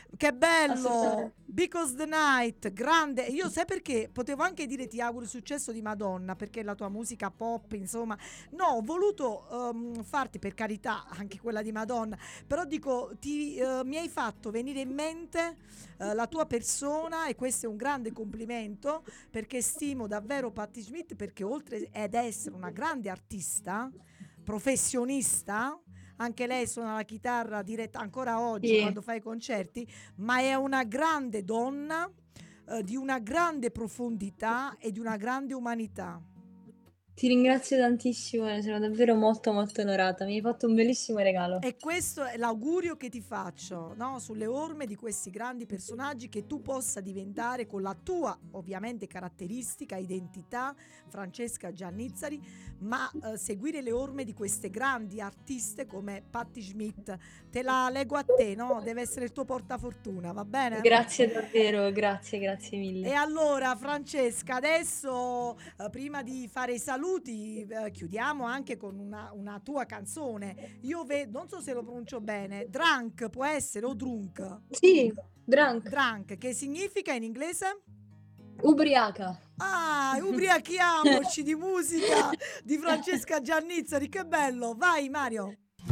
Che bello! Assolutamente. Because the Night, grande. Io sai perché? Potevo anche dire ti auguro il successo di Madonna, perché la tua musica pop, insomma. No, ho voluto ehm, farti, per carità, anche quella di Madonna, però dico, ti, eh, mi hai fatto venire in mente eh, la tua persona, e questo è un grande complimento, perché stimo davvero Patti Smith, perché oltre ad essere una grande artista, professionista, anche lei suona la chitarra diretta ancora oggi Sì. quando fa i concerti, ma è una grande donna eh, di una grande profondità e di una grande umanità. Ti ringrazio tantissimo, ne sono davvero molto molto onorata. Mi hai fatto un bellissimo regalo. E questo è l'augurio che ti faccio, no? Sulle orme di questi grandi personaggi, che tu possa diventare, con la tua ovviamente caratteristica, identità, Francesca Giannizzari, ma eh, seguire le orme di queste grandi artiste come Patti Smith. Te la leggo a te, no? Deve essere il tuo portafortuna, va bene? Grazie davvero, grazie, grazie mille. E allora Francesca, adesso eh, prima di fare i saluti eh, chiudiamo anche con una, una tua canzone. Io vedo, non so se lo pronuncio bene, Drunk può essere, o Drunk? Sì, drunk, Drunk, che significa in inglese? ubriaca. Ah, ubriachiamoci di musica di Francesca Giannizzari, che bello. Vai Mario.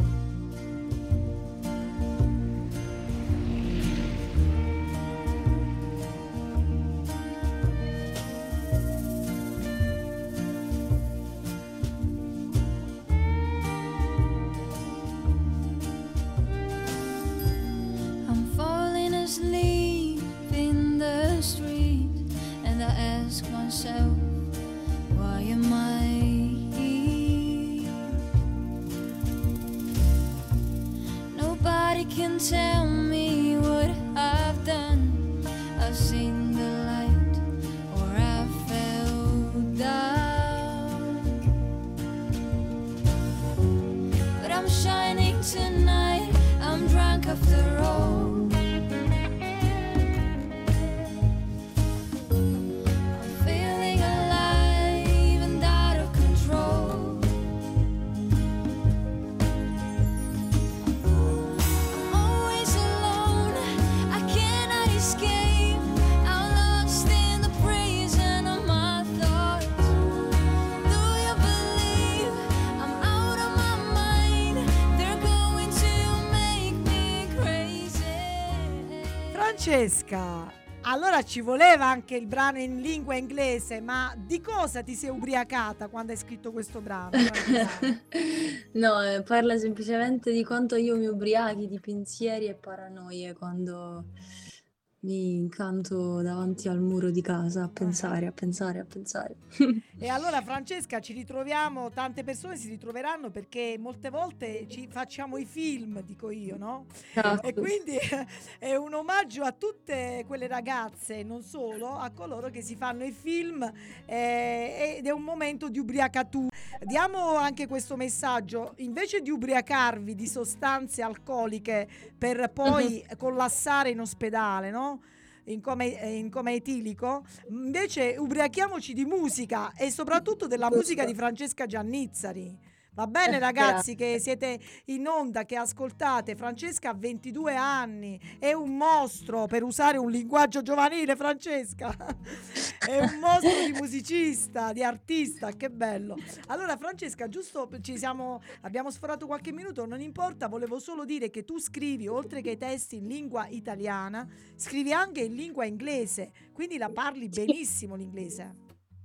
I'm falling asleep in the street, and I ask myself, why am I here? Nobody can tell me what I've done. I've seen the light, or I fell down, but I'm shining tonight. I'm drunk after all. I'm feeling alive and out of control. I'm always alone, I cannot escape. I'm lost in the prison of my thoughts. Do you believe I'm out of my mind? They're going to make me crazy. Francesca, allora ci voleva anche il brano in lingua inglese, ma di cosa ti sei ubriacata quando hai scritto questo brano, Francesca? No, eh, parla semplicemente di quanto io mi ubriachi di pensieri e paranoie quando mi incanto davanti al muro di casa a pensare, a pensare, a pensare. E allora Francesca, ci ritroviamo, tante persone si ritroveranno, perché molte volte ci facciamo i film, dico io, no? Esatto. E quindi è un omaggio a tutte quelle ragazze, non solo, a coloro che si fanno i film, eh, ed è un momento di ubriacatura. Diamo anche questo messaggio: invece di ubriacarvi di sostanze alcoliche per poi collassare in ospedale, no? In coma, in coma etilico, invece ubriachiamoci di musica, e soprattutto della musica di Francesca Giannizzari. Va bene ragazzi, che siete in onda, che ascoltate. Francesca ha ventidue anni, è un mostro, per usare un linguaggio giovanile, Francesca. È un mostro di musicista, di artista, che bello. Allora Francesca, giusto, ci siamo, abbiamo sforato qualche minuto, non importa, volevo solo dire che tu scrivi, oltre che i testi in lingua italiana, scrivi anche in lingua inglese, quindi la parli benissimo l'inglese.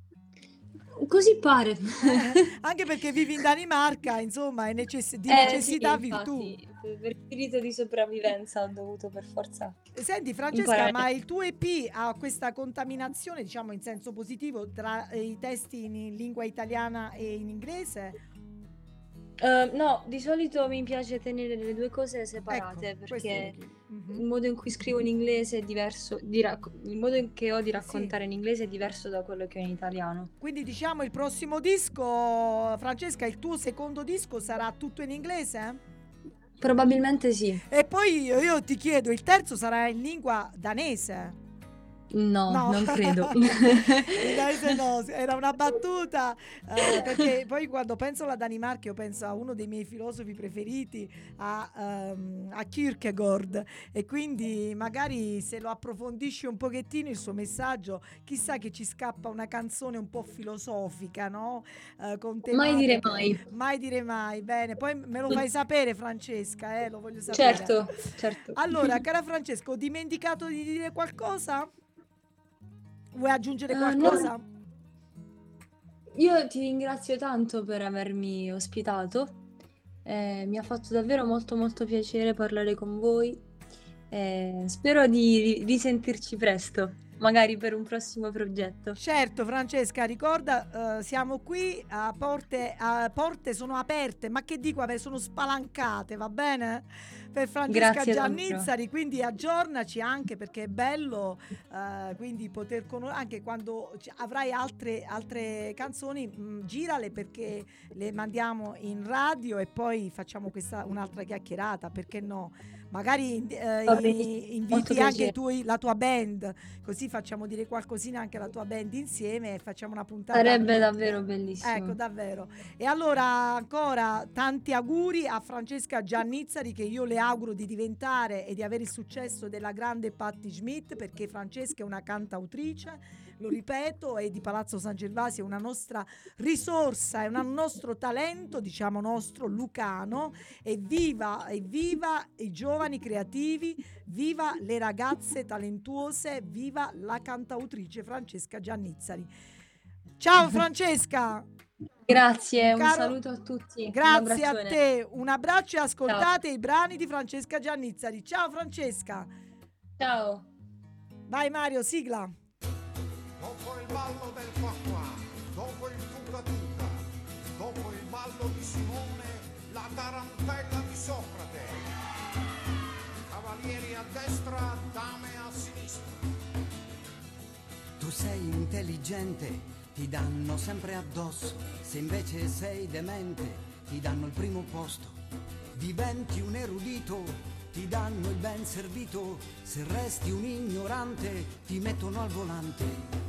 Così pare. Eh, anche perché vivi in Danimarca, insomma, è necess- di Eh, necessità sì, virtù. infatti, per per spirito di sopravvivenza ho dovuto per forza Senti Francesca, imparare. ma il tuo E P ha questa contaminazione, diciamo in senso positivo, tra eh, i testi in, in lingua italiana e in inglese? Eh, no, di solito mi piace tenere le due cose separate, Ecco, questo perché lo chiedo. Mhm. il modo in cui scrivo in inglese è diverso, di racco- il modo in che ho di raccontare in inglese è diverso da quello che ho in italiano. Quindi diciamo il prossimo disco, Francesca, il tuo secondo disco sarà tutto in inglese? Probabilmente sì. E poi io, io ti chiedo, il terzo sarà in lingua danese? No, No, non credo. il danese no, era una battuta, eh, perché poi quando penso alla Danimarca io penso a uno dei miei filosofi preferiti, a, ehm, a Kierkegaard, e quindi magari se lo approfondisci un pochettino il suo messaggio, chissà che ci scappa una canzone un po' filosofica, no? Eh, con Mai dire tematiche, mai. mai dire mai, bene, poi me lo fai sapere Francesca, eh, lo voglio sapere. Certo, certo. Allora, cara Francesca, ho dimenticato di dire qualcosa? Vuoi aggiungere Eh, qualcosa? no, io ti ringrazio tanto per avermi ospitato. Eh, mi ha fatto davvero molto molto piacere parlare con voi. Eh, spero di ri- risentirci presto, magari per un prossimo progetto. Certo, Francesca, ricorda, eh, siamo qui, a porte, a porte sono aperte, ma che dico, vabbè, sono spalancate, va bene? Per Francesca Grazie davvero. Giannizzari, quindi aggiornaci anche perché è bello, eh, quindi poter conoscere, anche quando ci- avrai altre, altre canzoni, mh, girale perché le mandiamo in radio e poi facciamo questa un'altra chiacchierata, perché no? Magari eh, Va i- benissimo, inviti molto anche piacere. tu, la tua band, così facciamo dire qualcosina anche alla tua band insieme e facciamo una puntata. Sarebbe davvero Ecco, bellissimo. davvero. E allora ancora tanti auguri a Francesca Giannizzari, che io le auguro di diventare e di avere il successo della grande Patti Schmidt, perché Francesca è una cantautrice, lo ripeto, e di Palazzo San Gervasio è una nostra risorsa, è un nostro talento, diciamo nostro, lucano. E viva, e viva i giovani creativi, viva le ragazze talentuose, viva la cantautrice Francesca Giannizzari. Ciao Francesca! Grazie, un Caro- saluto a tutti. Un Grazie a abbraccione. te, un abbraccio e ascoltate i brani di Francesca Giannizzari. Ciao Francesca! Ciao. Vai Mario, sigla! Dopo il ballo del qua qua, dopo il tuca tuca, dopo il ballo di Simone, la tarantella di Socrate. Cavalieri a destra, dame a sinistra. Tu sei intelligente, ti danno sempre addosso. Se invece sei demente, ti danno il primo posto. Diventi un erudito, ti danno il ben servito. Se resti un ignorante, ti mettono al volante.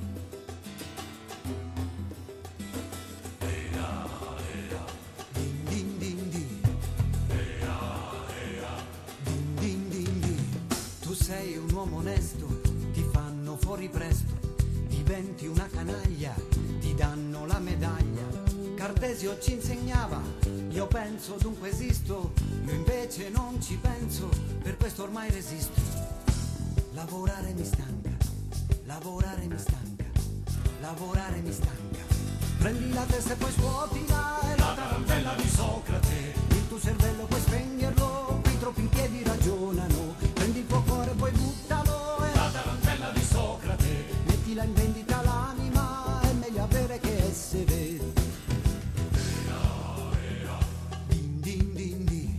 Din din din din. Din din din din. Tu sei un uomo onesto, ti fanno fuori presto. Diventi una canaglia, ti danno la medaglia. Cartesio ci insegnava, io penso dunque esisto. Io invece non ci penso, per questo ormai resisto. Lavorare mi stanca, lavorare mi stanca, lavorare mi stanca. Prendi la testa e poi scuotila, è la tarantella di Socrate. Il tuo cervello puoi spegnerlo, qui troppi in piedi ragionano. Prendi il tuo cuore e poi buttalo, è la tarantella di Socrate. Mettila in vendita l'anima, è meglio avere che essere. Din din din din.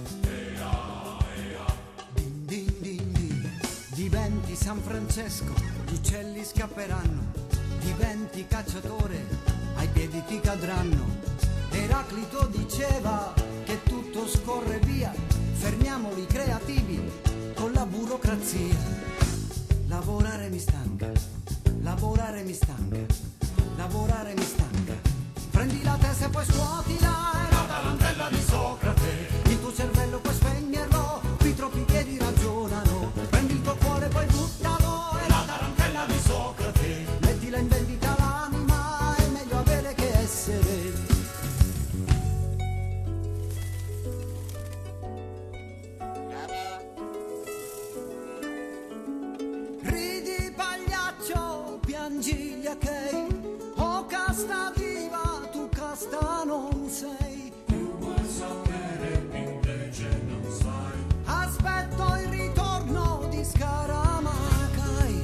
Din din din din. Diventi San Francesco, gli uccelli scapperanno. Diventi cacciatore, ai piedi ti cadranno. Eraclito diceva che tutto scorre via, fermiamoli creativi con la burocrazia. Lavorare mi stanca, lavorare mi stanca, lavorare mi stanca. Prendi la testa e poi scuotila, è la tarantella di Socrate. Il tuo cervello puoi spegnerlo, qui troppi piedi ragionano. Prendi il tuo cuore e poi buttalo, è la tarantella di Socrate. Mettila in vendita l'anima, è meglio avere che essere. Ridi pagliaccio, piangi gli achei, o casta viva, tu casta non sei. Tu vuoi sapere, invece non sai. Aspetto il ritorno di Scaramacai.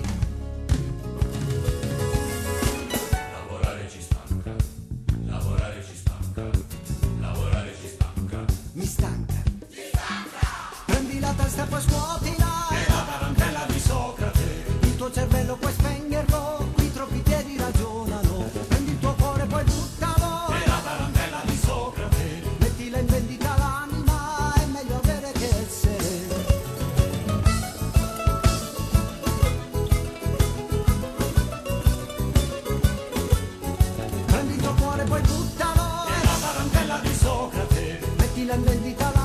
Lavorare ci stanca, lavorare ci stanca, lavorare ci stanca. Mi stanca. Prendi la testa e poi scuotila, è la tarantella di Socrate. Il tuo cervello puoi spegnerlo, qui troppi piedi ragioni. rendita